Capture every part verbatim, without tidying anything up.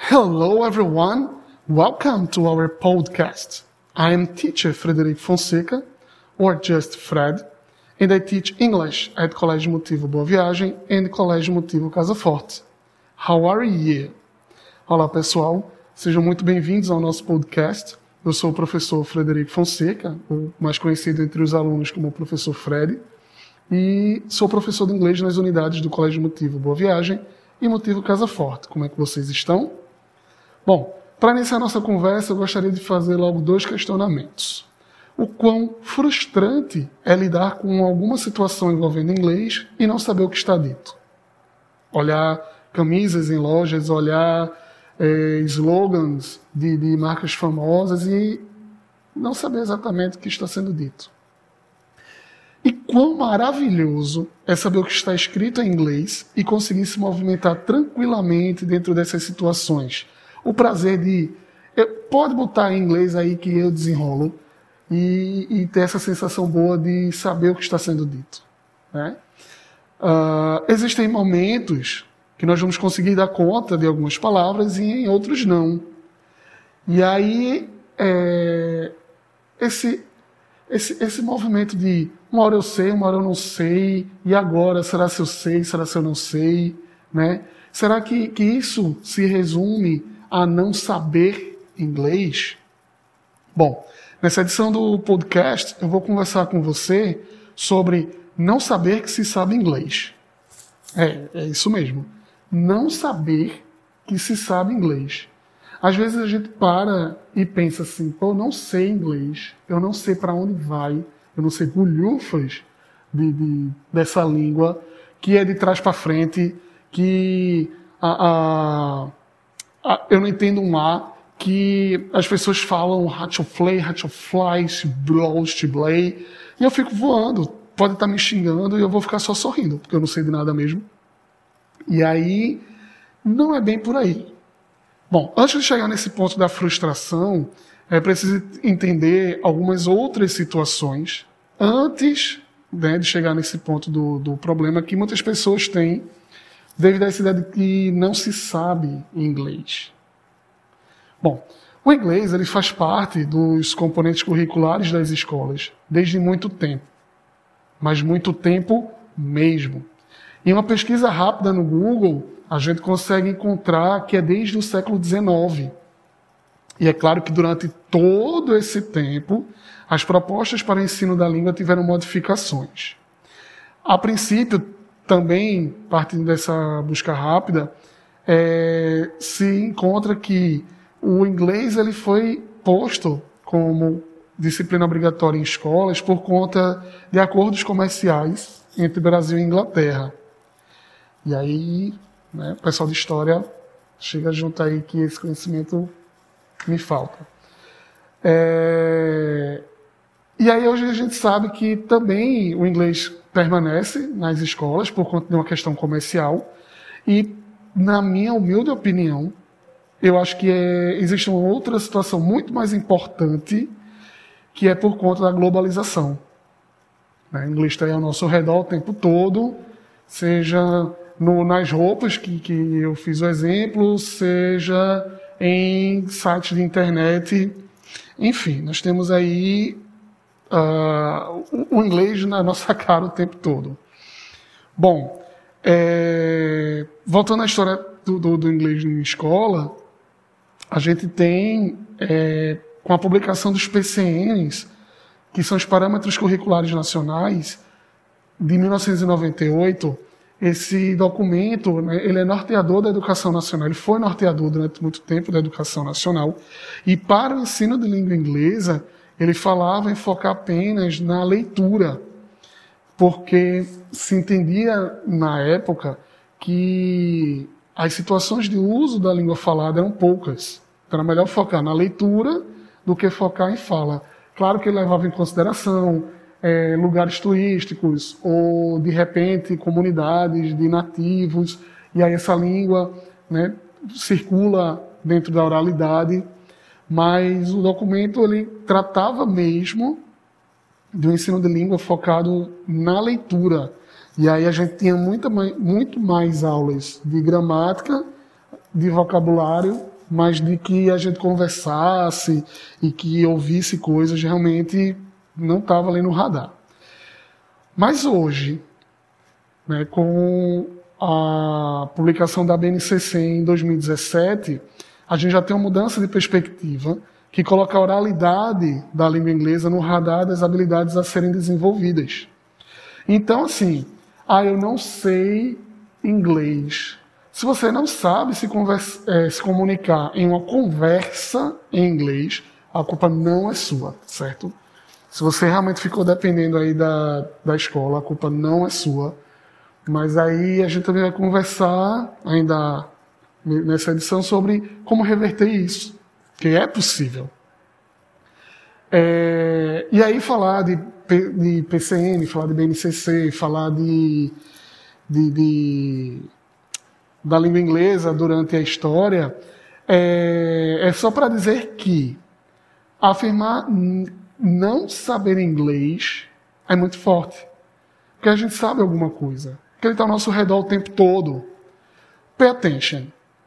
Hello everyone, welcome to our podcast. I am teacher Frederico Fonseca, or just Fred, and I teach English at Colégio Motivo Boa Viagem and Colégio Motivo Casa Forte. How are you? Olá pessoal, sejam muito bem-vindos ao nosso podcast. Eu sou o professor Frederico Fonseca, o mais conhecido entre os alunos como o professor Fred, e sou professor de inglês nas unidades do Colégio Motivo Boa Viagem e Motivo Casa Forte. Como é que vocês estão? Bom, para iniciar nossa conversa, eu gostaria de fazer logo dois questionamentos. O quão frustrante é lidar com alguma situação envolvendo inglês e não saber o que está dito. Olhar camisas em lojas, olhar eh, slogans de, de marcas famosas e não saber exatamente o que está sendo dito. E quão maravilhoso é saber o que está escrito em inglês e conseguir se movimentar tranquilamente dentro dessas situações. O prazer de... Pode botar em inglês aí que eu desenrolo e, e ter essa sensação boa de saber o que está sendo dito. Né? Uh, existem momentos que nós vamos conseguir dar conta de algumas palavras e em outros não. E aí, é, esse, esse, esse movimento de uma hora eu sei, uma hora eu não sei, e agora, será se eu sei, será se eu não sei? Né? Será que, que isso se resume a não saber inglês? Bom, nessa edição do podcast, eu vou conversar com você sobre não saber que se sabe inglês. É, é isso mesmo. Não saber que se sabe inglês. Às vezes a gente para e pensa assim, pô, eu não sei inglês, eu não sei para onde vai, eu não sei bolhufas de, de, dessa língua, que é de trás para frente, que a... a Ah, eu não entendo um A, que as pessoas falam hatchoflay, hatchofly, blow, blay, e eu fico voando. Pode estar me xingando e eu vou ficar só sorrindo, porque eu não sei de nada mesmo. E aí, não é bem por aí. Bom, antes de chegar nesse ponto da frustração, é preciso entender algumas outras situações antes, né, de chegar nesse ponto do, do problema que muitas pessoas têm devido a essa ideia de que não se sabe inglês. Bom, o inglês ele faz parte dos componentes curriculares das escolas desde muito tempo, mas muito tempo mesmo. Em uma pesquisa rápida no Google, a gente consegue encontrar que é desde o século dezenove. E é claro que durante todo esse tempo, as propostas para o ensino da língua tiveram modificações. A princípio, também, partindo dessa busca rápida, é, se encontra que o inglês ele foi posto como disciplina obrigatória em escolas por conta de acordos comerciais entre Brasil e Inglaterra. E aí, né, o pessoal de história chega junto aí que esse conhecimento me falta. É... E aí hoje a gente sabe que também o inglês permanece nas escolas por conta de uma questão comercial e, na minha humilde opinião, eu acho que é, existe uma outra situação muito mais importante que é por conta da globalização. Né? O inglês está aí ao nosso redor o tempo todo, seja no, nas roupas que, que eu fiz o exemplo, seja em sites de internet, enfim, nós temos aí Uh, o, o inglês na nossa cara o tempo todo. Bom, é, voltando à história do, do, do inglês em escola, a gente tem, é, com a publicação dos P C Ns, que são os Parâmetros Curriculares Nacionais, de mil novecentos e noventa e oito, esse documento, né, ele é norteador da educação nacional, ele foi norteador durante muito tempo da educação nacional, e para o ensino de língua inglesa, ele falava em focar apenas na leitura, porque se entendia na época que as situações de uso da língua falada eram poucas. Então era melhor focar na leitura do que focar em fala. Claro que ele levava em consideração é, lugares turísticos ou, de repente, comunidades de nativos, e aí essa língua, né, circula dentro da oralidade. Mas o documento ele tratava mesmo do ensino de língua focado na leitura. E aí a gente tinha muita, muito mais aulas de gramática, de vocabulário mas de que a gente conversasse e que ouvisse coisas, realmente não estava ali no radar. Mas hoje, né, com a publicação da B N C C em dois mil e dezessete, a gente já tem uma mudança de perspectiva que coloca a oralidade da língua inglesa no radar das habilidades a serem desenvolvidas. Então, assim, ah, eu não sei inglês. Se você não sabe se, conversa, é, se comunicar em uma conversa em inglês, a culpa não é sua, certo? Se você realmente ficou dependendo aí da, da escola, a culpa não é sua. Mas aí a gente também vai conversar ainda nessa edição sobre como reverter isso, que é possível. É, e aí falar de, de P C N, falar de B N C C, falar de, de, de da língua inglesa durante a história, é, é só para dizer que afirmar não saber inglês é muito forte, porque a gente sabe alguma coisa, porque ele está ao nosso redor o tempo todo. Pay attention.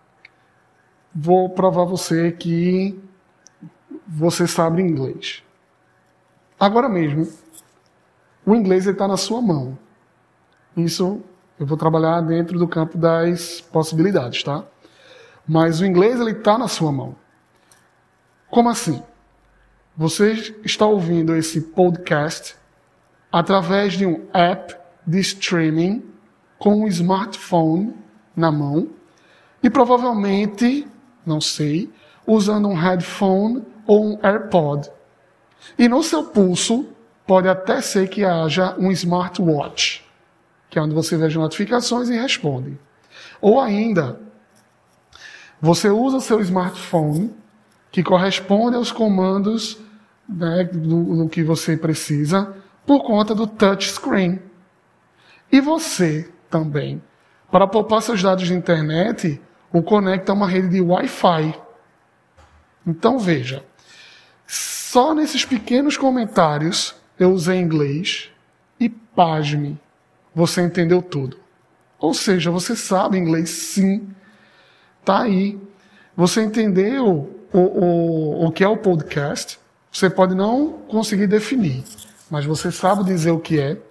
Vou provar a você que você sabe inglês. Agora mesmo, o inglês está na sua mão. Isso eu vou trabalhar dentro do campo das possibilidades, tá? Mas o inglês está na sua mão. Como assim? Você está ouvindo esse podcast através de um app de streaming com um smartphone na mão e provavelmente, não sei, usando um headphone ou um AirPod. E no seu pulso pode até ser que haja um smartwatch, que é onde você vê as notificações e responde. Ou ainda, você usa o seu smartphone, que corresponde aos comandos, né, do, do que você precisa, por conta do touchscreen. E você também, para poupar seus dados de internet, o conecta a uma rede de Wi-Fi. Então veja, só nesses pequenos comentários eu usei inglês e, pasme, você entendeu tudo. Ou seja, você sabe inglês sim. Tá aí. Você entendeu o, o, o que é o podcast. Você pode não conseguir definir, mas você sabe dizer o que é.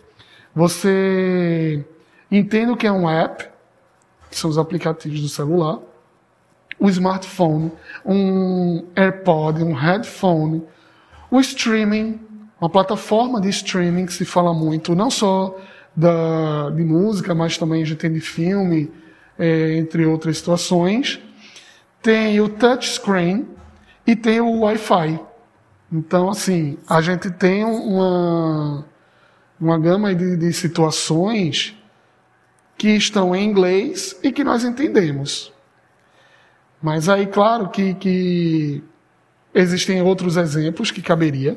Você entende o que é um app, que são os aplicativos do celular, o smartphone, um AirPod, um headphone, o streaming, uma plataforma de streaming que se fala muito, não só da, de música, mas também a gente tem de filme, é, entre outras situações. Tem o touchscreen e tem o Wi-Fi. Então, assim, a gente tem uma, uma gama de, de situações que estão em inglês e que nós entendemos. Mas aí, claro que, que existem outros exemplos que caberia.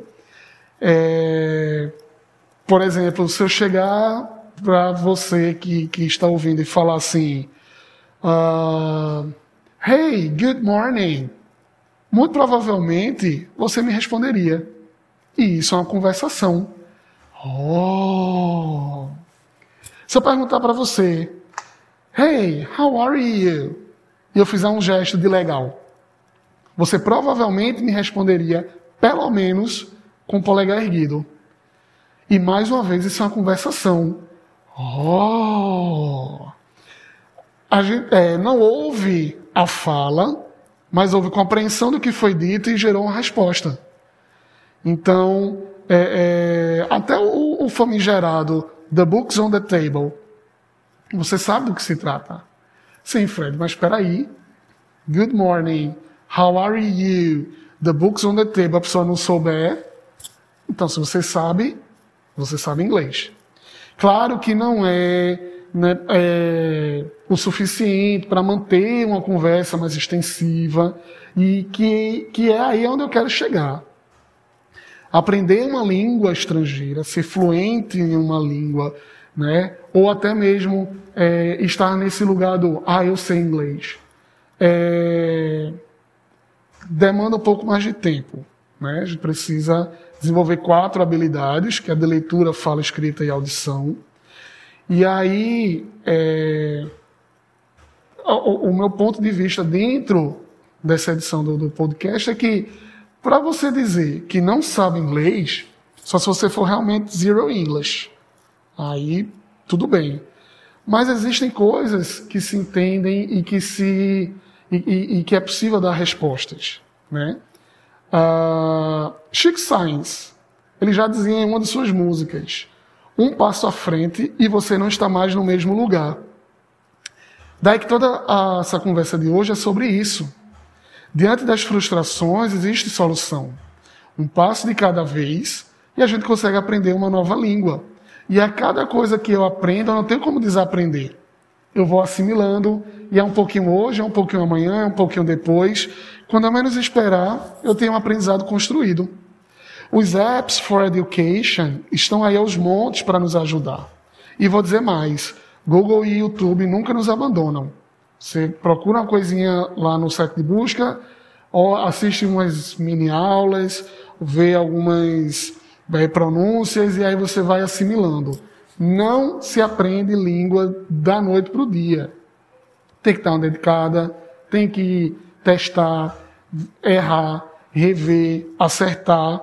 É, por exemplo, se eu chegar para você que, que está ouvindo e falar assim, uh, hey, good morning, muito provavelmente você me responderia. E isso é uma conversação. Oh! Se eu perguntar para você, hey, how are you? E eu fizer um gesto de legal, você provavelmente me responderia, pelo menos, com o polegar erguido. E mais uma vez, isso é uma conversação. Oh! A gente, é, não houve a fala, mas houve compreensão do que foi dito e gerou uma resposta. Então, é, é, até o, o famigerado The Books on the Table, você sabe do que se trata. Sim, Fred, mas espera aí. Good morning. How are you? The books on the table. A pessoa não souber. Então, se você sabe, você sabe inglês. Claro que não é, né, é o suficiente para manter uma conversa mais extensiva e que, que é aí onde eu quero chegar. Aprender uma língua estrangeira, ser fluente em uma língua, né? Ou até mesmo é, estar nesse lugar do ah, eu sei inglês. É, demanda um pouco mais de tempo, né? A gente precisa desenvolver quatro habilidades, que é a de leitura, fala, escrita e audição. E aí, é, o, o meu ponto de vista dentro dessa edição do, do podcast é que, para você dizer que não sabe inglês, só se você for realmente zero English. Aí, tudo bem. Mas existem coisas que se entendem e que, se, e, e, e que é possível dar respostas. Né? Uh, Chic Science, ele já dizia em uma de suas músicas, um passo à frente e você não está mais no mesmo lugar. Daí que toda a, essa conversa de hoje é sobre isso. Diante das frustrações existe solução. Um passo de cada vez e a gente consegue aprender uma nova língua. E a cada coisa que eu aprendo, eu não tenho como desaprender. Eu vou assimilando, e é um pouquinho hoje, é um pouquinho amanhã, é um pouquinho depois. Quando eu menos esperar, eu tenho um aprendizado construído. Os apps for education estão aí aos montes para nos ajudar. E vou dizer mais, Google e YouTube nunca nos abandonam. Você procura uma coisinha lá no site de busca, ou assiste umas mini aulas, vê algumas é, pronúncias e aí você vai assimilando. Não se aprende língua da noite para o dia. Tem que estar uma dedicada, tem que testar, errar, rever, acertar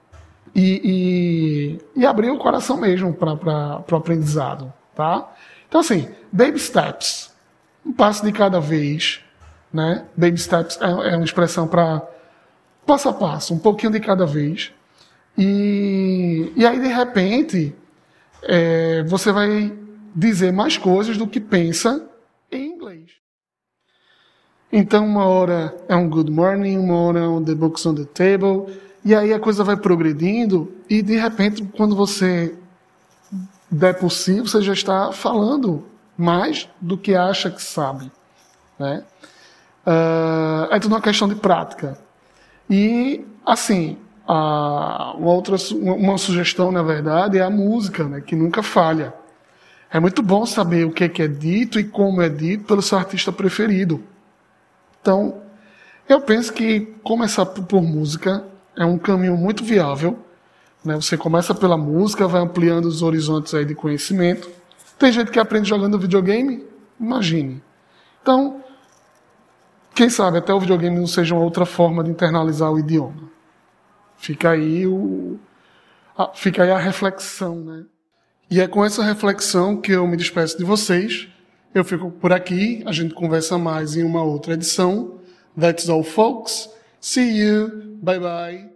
e, e, e abrir o coração mesmo para o aprendizado. Tá? Então assim, baby steps. Um passo de cada vez, né? Baby steps é, é uma expressão para passo a passo, um pouquinho de cada vez. E, e aí, de repente, é, você vai dizer mais coisas do que pensa em inglês. Então, uma hora é um good morning, uma hora é um the books on the table, e aí a coisa vai progredindo, e de repente, quando você der possível, você já está falando mais do que acha que sabe. Né? Uh, é tudo uma questão de prática. E, assim, a, uma, outra, uma sugestão, na verdade, é a música, né, que nunca falha. É muito bom saber o que é, que é dito e como é dito pelo seu artista preferido. Então, eu penso que começar por, por música é um caminho muito viável. Né? Você começa pela música, vai ampliando os horizontes aí de conhecimento. Tem gente que aprende jogando videogame? Imagine. Então, quem sabe até o videogame não seja uma outra forma de internalizar o idioma. Fica aí, o, a, fica aí a reflexão. Né? E é com essa reflexão que eu me despeço de vocês. Eu fico por aqui, a gente conversa mais em uma outra edição. That's all, folks. See you. Bye bye.